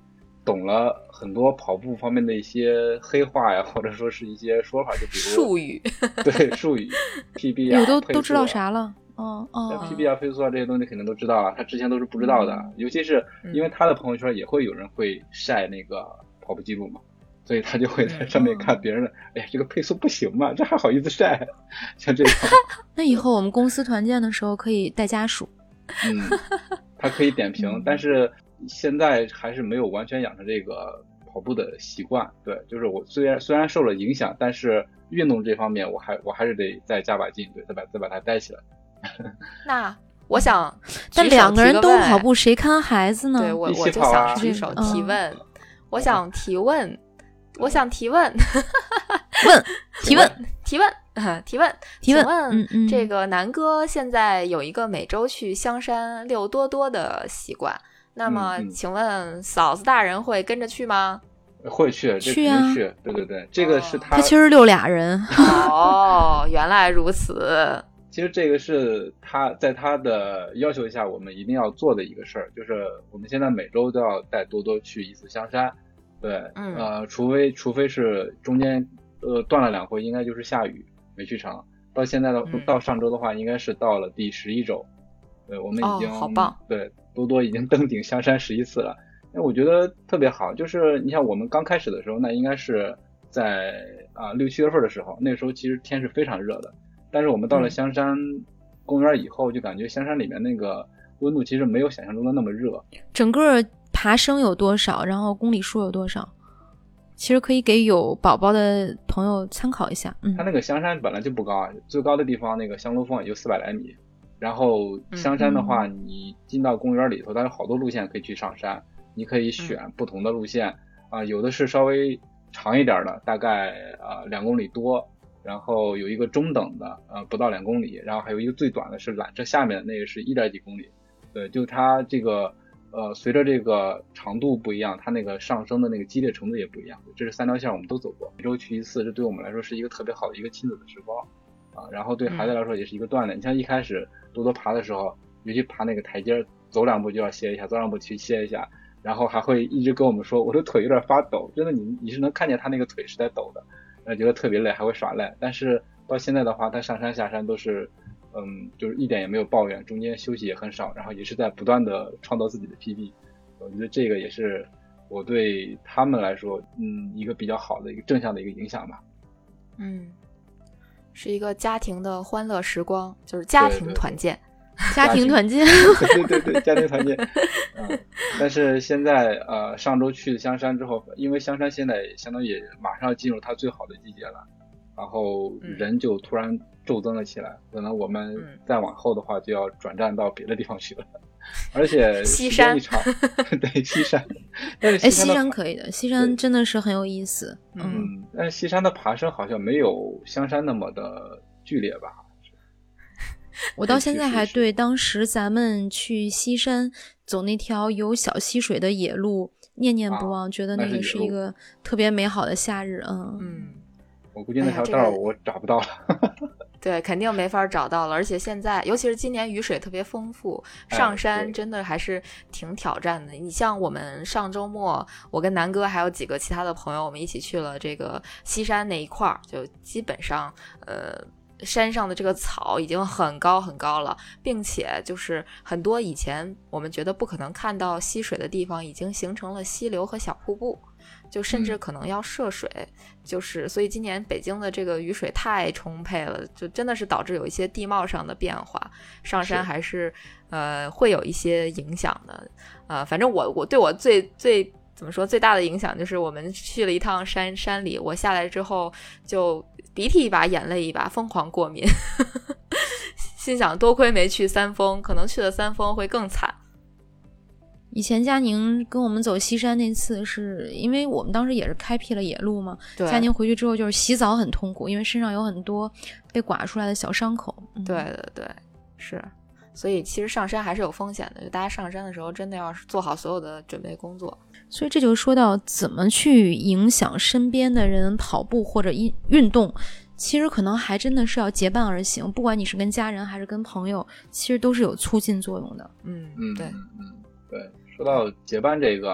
懂了很多跑步方面的一些黑话呀，或者说是一些说法，就比如术语， 对术语 P B 啊， 我都配速啊都知道啥了。哦哦 ，P B 啊、配速啊这些东西肯定都知道了，他之前都是不知道的， 嗯、 尤其是因为他的朋友圈也会有人会晒那个跑步记录嘛。所以他就会在上面看别人的，哎呀，这个配速不行嘛，这还好意思晒，像这种。 那以后我们公司团建的时候可以带家属。 嗯，他可以点评，嗯、但是现在还是没有完全养成这个跑步的习惯。对，就是我虽然虽然受了影响，但是运动这方面我还我还是得再加把劲，对，再把再把它带起来。 那我想， 但两个人都跑步，谁看孩子呢？ 对我我就想举手提问，嗯、我想提问。我想提问， 问提问提问提问提问， 请问、 嗯嗯、 这个南哥现在有一个每周去香山遛多多的习惯，那么请问嫂子大人会跟着去吗？ 会去，这去啊， 去，对对对，这个是他。 他其实遛俩人。 哦，原来如此。 其实这个是他在他的要求下，我们一定要做的一个事儿，就是我们现在每周都要带多多去一次香山。对， 嗯， 呃，除非除非是中间呃断了两回，应该就是下雨没去成。到现在的、嗯、到上周的话，应该是到了第十一周。对，我们已经、 哦、好棒。 对，多多已经登顶香山十一次了。那我觉得特别好，就是你像我们刚开始的时候，那应该是在啊六七月份的时候，那个时候其实天是非常热的。但是我们到了香山公园以后，嗯、就感觉香山里面那个温度其实没有想象中的那么热。 整个爬升有多少，然后公里数有多少，其实可以给有宝宝的朋友参考一下。嗯， 它那个香山本来就不高啊，最高的地方那个香炉峰也就四百来米。然后香山的话，嗯、你进到公园里头，它有好多路线可以去上山，你可以选不同的路线啊、嗯呃，有的是稍微长一点的，大概呃两公里多，然后有一个中等的呃不到两公里，然后还有一个最短的是缆车下面的那个是一点几公里。对，就它这个。呃，随着这个长度不一样，它那个上升的那个激烈程度也不一样。这是三条线我们都走过，每周去一次，这对我们来说是一个特别好的一个亲子的时光啊。然后对孩子来说也是一个锻炼。嗯、你像一开始多多爬的时候，尤其爬那个台阶，走两步就要歇一下，走两步去歇一下，然后还会一直跟我们说我的腿有点发抖，真的你你是能看见他那个腿是在抖的，呃，觉得特别累，还会耍赖。但是到现在的话，他上山下山都是。嗯，就是一点也没有抱怨，中间休息也很少，然后也是在不断的创造自己的 P B。我觉得这个也是我对他们来说，嗯，一个比较好的一个正向的一个影响吧。 嗯，是一个家庭的欢乐时光，就是家庭团建， 对对对家庭团建， 对对对，家庭团建。嗯，但是现在呃，上周去香山之后，因为香山现在相当于马上要进入它最好的季节了，然后人就突然骤增了起来，可能我们再往后的话就要转战到别的地方去了，而且西山， 对西山，但是西山，哎，西山可以的，西山真的是很有意思， 嗯，但是西山的爬升好像没有香山那么的剧烈吧？ 我到现在还对当时咱们去西山走那条有小溪水的野路念念不忘，啊、觉得那个是一个特别美好的夏日，嗯嗯。 我估计那条道我找不到了、哎这个、对，肯定没法找到了，而且现在尤其是今年雨水特别丰富，上山真的还是挺挑战的、哎、你像我们上周末我跟南哥还有几个其他的朋友，我们一起去了这个西山那一块儿，就基本上呃山上的这个草已经很高很高了，并且就是很多以前我们觉得不可能看到溪水的地方已经形成了溪流和小瀑布，就甚至可能要涉水、嗯、就是所以今年北京的这个雨水太充沛了，就真的是导致有一些地貌上的变化，上山还是呃会有一些影响的。呃反正我我对我最最怎么说最大的影响就是我们去了一趟山山里，我下来之后就鼻涕一把眼泪一把，疯狂过敏心想多亏没去三峰，可能去了三峰会更惨。 以前佳宁跟我们走西山那次是因为我们当时也是开辟了野路嘛，佳宁回去之后就是洗澡很痛苦，因为身上有很多被刮出来的小伤口、 嗯、对对对，是，所以其实上山还是有风险的，就大家上山的时候真的要做好所有的准备工作。 所以这就说到怎么去影响身边的人跑步或者运动，其实可能还真的是要结伴而行，不管你是跟家人还是跟朋友，其实都是有促进作用的。 嗯嗯， 对嗯对。说到结伴这个，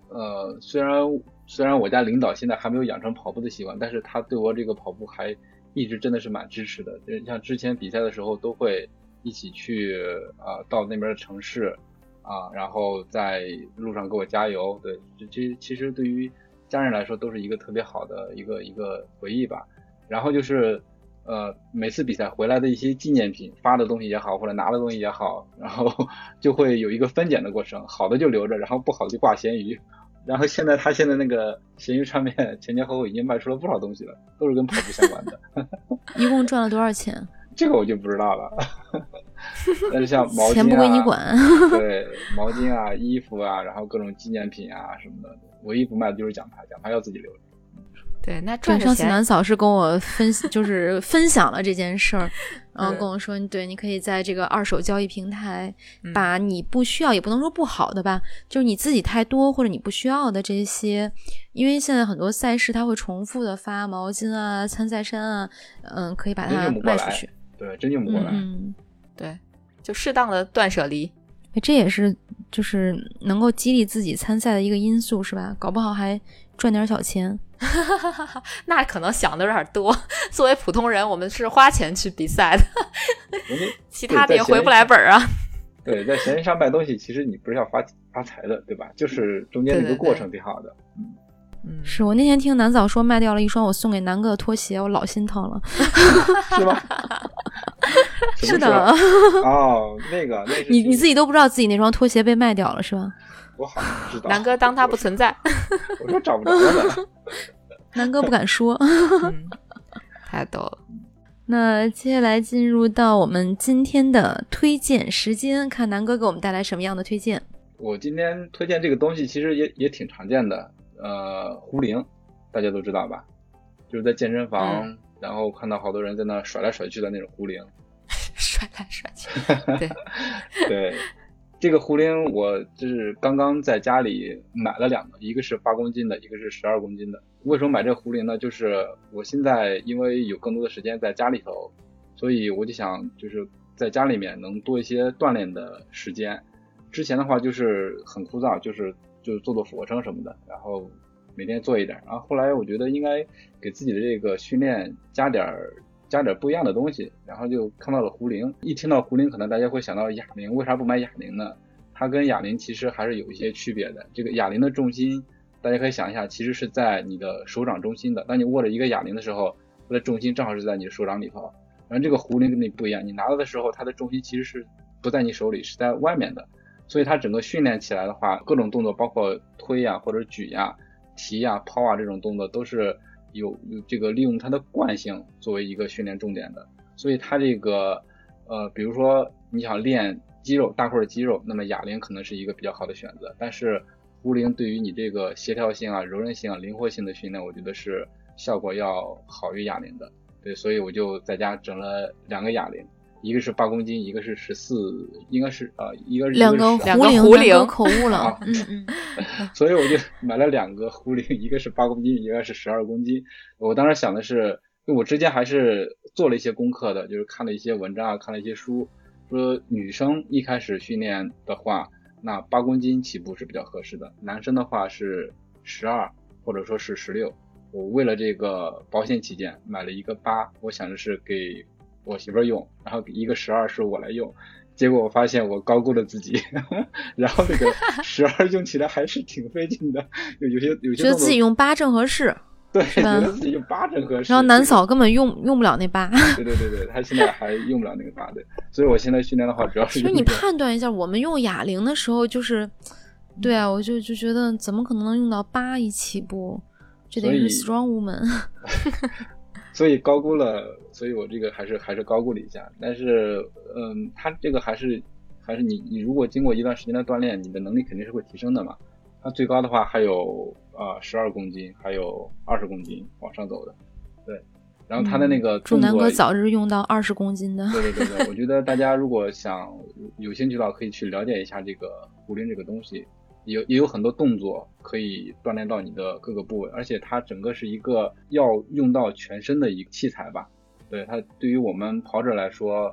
呃，虽然虽然我家领导现在还没有养成跑步的习惯，但是他对我这个跑步还一直真的是蛮支持的。就像之前比赛的时候都会一起去啊、呃、到那边的城市啊，然后在路上给我加油。对，这其实对于家人来说都是一个特别好的一个一个回忆吧。然后就是呃每次比赛回来的一些纪念品，发的东西也好，或者拿的东西也好，然后就会有一个分拣的过程，好的就留着，然后不好的就挂闲鱼。然后现在他现在那个闲鱼上面前前后后已经卖出了不少东西了，都是跟跑步相关的。 一共赚了多少钱？ 这个我就不知道了。但是像毛巾啊， 钱不归你管。 对，毛巾啊、衣服啊，然后各种纪念品啊什么的，唯一不卖的就是奖牌，奖牌要自己留着。 对，那赚上次南嫂是跟我分就是分享了这件事儿，然后跟我说，对，你可以在这个二手交易平台，把你不需要，也不能说不好的吧，就是你自己太多或者你不需要的这些，因为现在很多赛事它会重复的发毛巾啊、参赛衫啊，嗯，可以把它卖出去。 对，真用不过来。 嗯， 对，就适当的断舍离， 这也是就是能够激励自己参赛的一个因素，是吧？搞不好还赚点小钱。 那可能想的有点多。作为普通人，我们是花钱去比赛的，其他的也回不来本啊。 对，在闲鱼上卖东西，其实你不是要发发财的，对吧？就是中间那个过程挺好的。 对对对嗯， 是我那天听南嫂说卖掉了一双我送给南哥的拖鞋，我老心疼了。 是吗？ 是的。 哦，那个，那你你自己都不知道自己那双拖鞋被卖掉了是吧？ 我好像知道。 南哥当他不存在。 我说找不着了。 南哥不敢说。 嗯，太逗了。 那接下来进入到我们今天的推荐时间，看南哥给我们带来什么样的推荐。 我今天推荐这个东西其实也也挺常见的，呃，壶铃，大家都知道吧？就是在健身房，嗯、然后看到好多人在那甩来甩去的那种壶铃。 甩来甩去。对对，这个壶铃我就是刚刚在家里买了两个，一个是八公斤的，一个是十二公斤的。为什么买这个壶铃呢？就是我现在因为有更多的时间在家里头，所以我就想就是在家里面能多一些锻炼的时间。之前的话就是很枯燥，就是就是做做俯卧撑什么的，然后每天做一点。然后后来我觉得应该给自己的这个训练加点加点不一样的东西，然后就看到了壶铃。一听到壶铃，可能大家会想到哑铃，为啥不买哑铃呢？它跟哑铃其实还是有一些区别的。这个哑铃的重心，大家可以想一下，其实是在你的手掌中心的。当你握着一个哑铃的时候，它的重心正好是在你的手掌里头。然后这个壶铃跟你不一样，你拿到的时候，它的重心其实是不在你手里，是在外面的。所以它整个训练起来的话，各种动作包括推呀、啊、或者举呀、啊、提呀、啊、抛啊这种动作都是有有这个利用它的惯性作为一个训练重点的。所以它这个呃比如说你想练肌肉大块的肌肉，那么哑铃可能是一个比较好的选择。但是壶铃对于你这个协调性啊、柔韧性啊、灵活性的训练，我觉得是效果要好于哑铃的。对，所以我就在家整了两个哑铃。一个是八公斤，一个是十四，应该是呃，一个是两个两个壶铃， 口误了。 啊、嗯嗯，所以我就买了两个壶铃，一个是八公斤，一个是十二公斤。我当时想的是，因为我之前还是做了一些功课的，就是看了一些文章啊，看了一些书，说女生一开始训练的话，那八公斤起步是比较合适的，男生的话是十二或者说是十六。我为了这个保险起见，买了一个八，我想的是给我媳妇儿用，然后一个十二是我来用，结果我发现我高估了自己，然后那个十二用起来还是挺费劲的，有有些有些觉得自己用八正合适， 对，觉得自己用八正合适， 然后南嫂根本用用不了那八， 对对对对，他现在还用不了那个八，对，所以我现在训练的话主要是。 其实你判断一下，我们用哑铃的时候，就是对啊，我就就觉得怎么可能能用到八一起步？这得是 strong woman。 所以高估了，所以我这个还是还是高估了一下，但是嗯，它这个还是还是你你如果经过一段时间的锻炼，你的能力肯定是会提升的嘛。它最高的话还有啊十二公斤，还有二十公斤往上走的，对。然后它的那个动作， 祝南哥早日用到二十公斤的。 对对对对，我觉得大家如果想有兴趣的话，可以去了解一下这个壶铃这个东西。也也有很多动作可以锻炼到你的各个部位，而且它整个是一个要用到全身的一个器材吧。对，它对于我们跑者来说，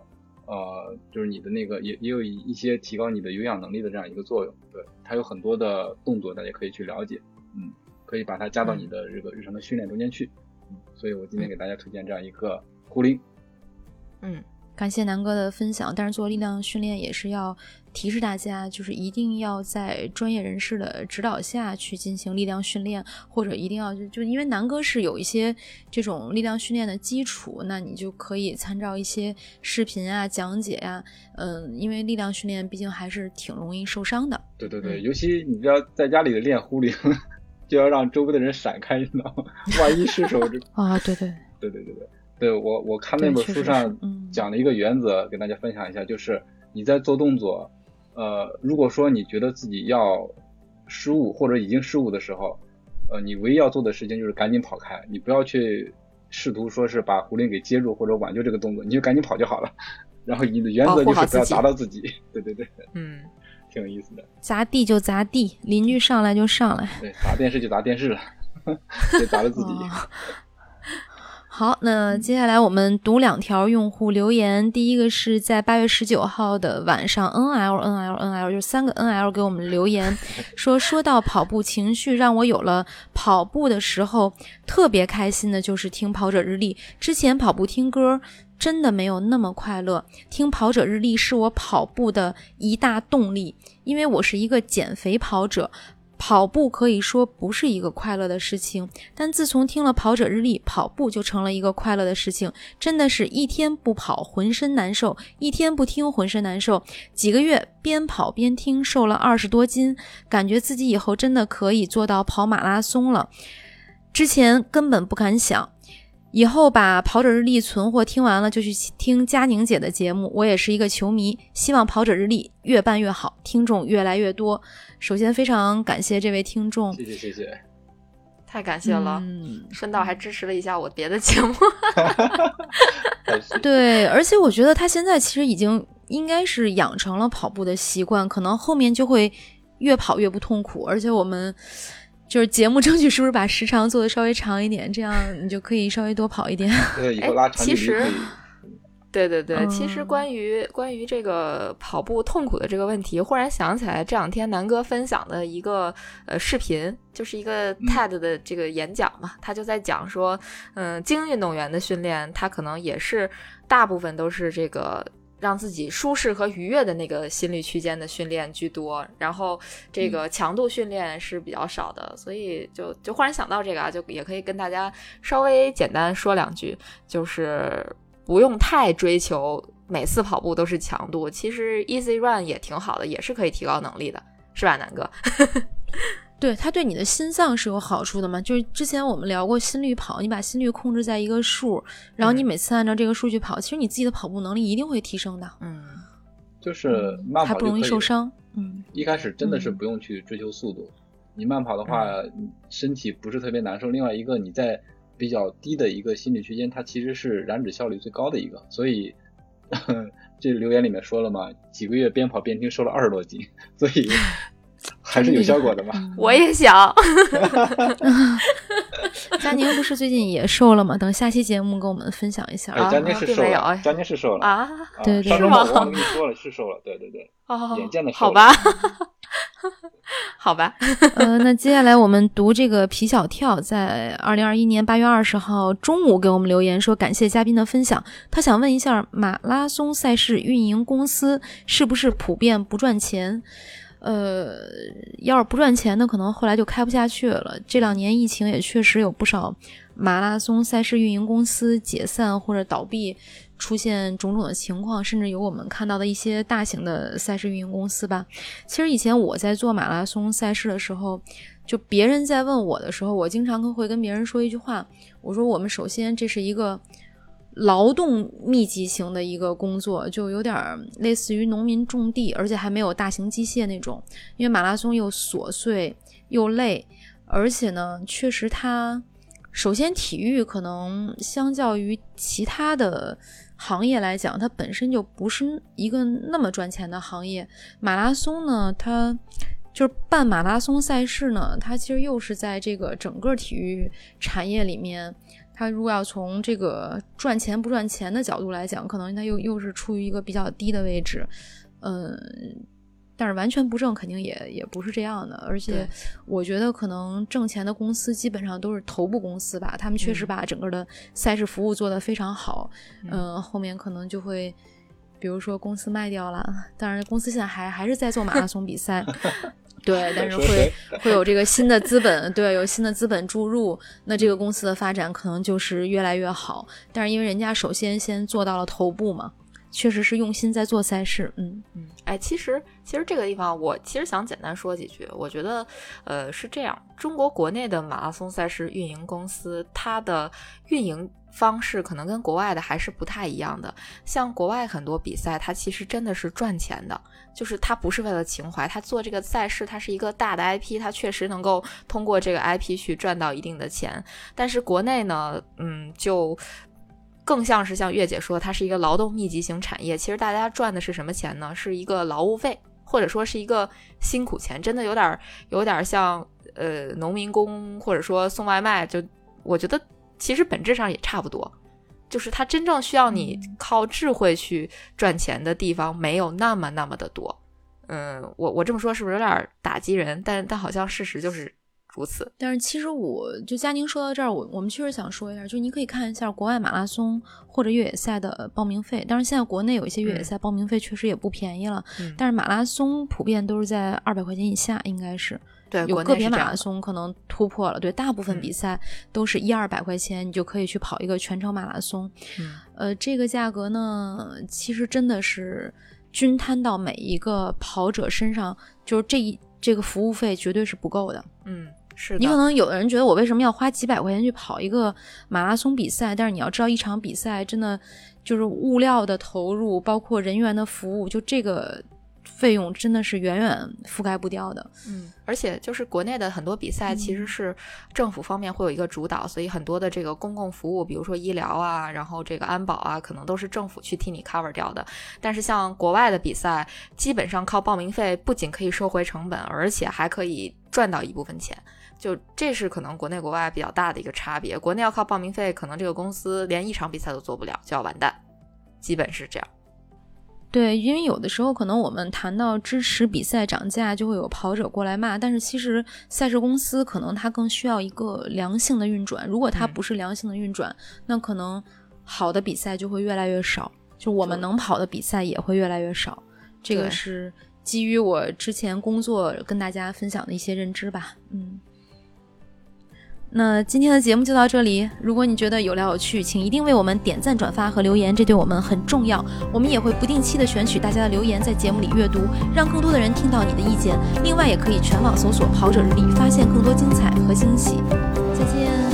呃，就是你的那个也也有一些提高你的有氧能力的这样一个作用。对，它有很多的动作大家可以去了解，嗯，可以把它加到你的这个日常的训练中间去。嗯，所以我今天给大家推荐这样一个壶铃。 嗯， 感谢南哥的分享，但是做力量训练也是要提示大家，就是一定要在专业人士的指导下去进行力量训练，或者一定要就就因为南哥是有一些这种力量训练的基础，那你就可以参照一些视频啊讲解啊，嗯，因为力量训练毕竟还是挺容易受伤的。 对对对，尤其你知道在家里的练壶铃就要让周围的人闪开，你知道吗？万一失手就啊，对对对对对对对，我我看那本书上讲了一个原则，跟大家分享一下，就是你在做动作，呃，如果说你觉得自己要失误或者已经失误的时候，呃，你唯一要做的事情就是赶紧跑开，你不要去试图说是把壶铃给接住或者挽救这个动作，你就赶紧跑就好了。然后你的原则就是不要砸到自己。对对对， 嗯， 挺有意思的。 砸地就砸地，邻居上来就上来。 对，砸电视就砸电视了，就砸了自己。 哦好，那接下来我们读两条用户留言。第一个是在八月十九号的晚上 N L N L N L 就是三个 N L 给我们留言说，说到跑步情绪，让我有了跑步的时候特别开心的就是听跑者日历。之前跑步听歌真的没有那么快乐，听跑者日历是我跑步的一大动力，因为我是一个减肥跑者，跑步可以说不是一个快乐的事情，但自从听了跑者日历，跑步就成了一个快乐的事情。真的是一天不跑浑身难受，一天不听浑身难受。几个月边跑边听，瘦了二十多斤，感觉自己以后真的可以做到跑马拉松了。之前根本不敢想。以后把跑者日历存货听完了就去听佳宁姐的节目，我也是一个球迷，希望跑者日历越办越好，听众越来越多。首先非常感谢这位听众， 谢谢谢谢， 太感谢了， 嗯， 顺道还支持了一下我别的节目。 对，而且我觉得他现在其实已经应该是养成了跑步的习惯，可能后面就会越跑越不痛苦，而且我们就是节目争取是不是把时长做的稍微长一点，这样你就可以稍微多跑一点。 对，以后拉长距离可以。 对对对、嗯，其实关于关于这个跑步痛苦的这个问题，忽然想起来这两天南哥分享的一个呃视频，就是一个 T E D 的这个演讲嘛，嗯、他就在讲说，嗯，精英运动员的训练，他可能也是大部分都是这个让自己舒适和愉悦的那个心率区间的训练居多，然后这个强度训练是比较少的，嗯、所以就就忽然想到这个啊，就也可以跟大家稍微简单说两句，就是不用太追求每次跑步都是强度，其实 easy run 也挺好的，也是可以提高能力的，是吧南哥？ 对，它对你的心脏是有好处的嘛，就是之前我们聊过心率跑，你把心率控制在一个数，然后你每次按照这个数去跑、嗯、其实你自己的跑步能力一定会提升的。 嗯， 就是慢跑就可以了， 还不容易受伤。嗯， 一开始真的是不用去追求速度、嗯、你慢跑的话、嗯、身体不是特别难受，另外一个你在比较低的一个心理区间，它其实是燃脂效率最高的一个，所以这留言里面说了嘛，几个月边跑边听瘦了二十多斤，所以还是有效果的嘛。 我也想。 佳宁不是最近也瘦了吗？等下期节目跟我们分享一下。 哎，佳宁是瘦了，佳宁是瘦了啊！ 对对， 上周末我忘了跟你说了，是瘦了，对对对， 哦， 眼见的瘦了。 好吧。好吧， 呃，那接下来我们读这个皮小跳在二零二一年八月二十号中午给我们留言说，感谢嘉宾的分享。他想问一下，马拉松赛事运营公司是不是普遍不赚钱？呃，要是不赚钱的，可能后来就开不下去了。这两年疫情也确实有不少马拉松赛事运营公司解散或者倒闭，出现种种的情况，甚至有我们看到的一些大型的赛事运营公司吧。其实以前我在做马拉松赛事的时候，就别人在问我的时候，我经常会跟别人说一句话，我说我们首先这是一个劳动密集型的一个工作，就有点类似于农民种地，而且还没有大型机械那种，因为马拉松又琐碎又累，而且呢确实它首先体育可能相较于其他的行业来讲，它本身就不是一个那么赚钱的行业。马拉松呢，它就是办马拉松赛事呢，它其实又是在这个整个体育产业里面他如果要从这个赚钱不赚钱的角度来讲，可能他又又是处于一个比较低的位置，嗯，但是完全不挣肯定也也不是这样的。而且我觉得可能挣钱的公司基本上都是头部公司吧，他们确实把整个的赛事服务做得非常好，嗯，呃、后面可能就会比如说公司卖掉了，当然公司现在还还是在做马拉松比赛对，但是会会有这个新的资本，对，有新的资本注入，那这个公司的发展可能就是越来越好。但是因为人家首先先做到了头部嘛，确实是用心在做赛事，嗯嗯，哎，其实其实这个地方我其实想简单说几句，我觉得呃是这样，中国国内的马拉松赛事运营公司，它的运营方式可能跟国外的还是不太一样的。像国外很多比赛它其实真的是赚钱的，就是它不是为了情怀，它做这个赛事它是一个大的 I P， 它确实能够通过这个 I P 去赚到一定的钱。但是国内呢嗯，就更像是像月姐说它是一个劳动密集型产业，其实大家赚的是什么钱呢？是一个劳务费，或者说是一个辛苦钱，真的有点有点像呃农民工或者说送外卖，就我觉得其实本质上也差不多，就是它真正需要你靠智慧去赚钱的地方没有那么那么的多。嗯，我我这么说是不是有点打击人？但但好像事实就是如此。 但是其实我就佳宁说到这儿，我我们确实想说一下，就你可以看一下国外马拉松或者越野赛的报名费。当然现在国内有一些越野赛报名费确实也不便宜了，嗯、但是马拉松普遍都是在二百块钱以下，应该是。 对， 有个别马拉松可能突破了，对，大部分比赛都是一二百块钱，你就可以去跑一个全程马拉松。 嗯， 呃，这个价格呢，其实真的是均摊到每一个跑者身上，就是这一这个服务费绝对是不够的。 嗯，是的。 你可能有的人觉得我为什么要花几百块钱去跑一个马拉松比赛？但是你要知道，一场比赛真的就是物料的投入，包括人员的服务，就这个费用真的是远远覆盖不掉的。 嗯，而且就是国内的很多比赛其实是政府方面会有一个主导、嗯、所以很多的这个公共服务比如说医疗啊，然后这个安保啊，可能都是政府去替你 cover 掉的。但是像国外的比赛基本上靠报名费不仅可以收回成本，而且还可以赚到一部分钱，就这是可能国内国外比较大的一个差别。国内要靠报名费，可能这个公司连一场比赛都做不了，就要完蛋，基本是这样。 对，因为有的时候可能我们谈到支持比赛涨价，就会有跑者过来骂，但是其实赛事公司可能它更需要一个良性的运转，如果它不是良性的运转、嗯、那可能好的比赛就会越来越少，就我们能跑的比赛也会越来越少。这个是基于我之前工作跟大家分享的一些认知吧。嗯，那今天的节目就到这里，如果你觉得有料有趣，请一定为我们点赞转发和留言，这对我们很重要。我们也会不定期的选取大家的留言在节目里阅读，让更多的人听到你的意见。另外也可以全网搜索跑者日历，发现更多精彩和惊喜。再见。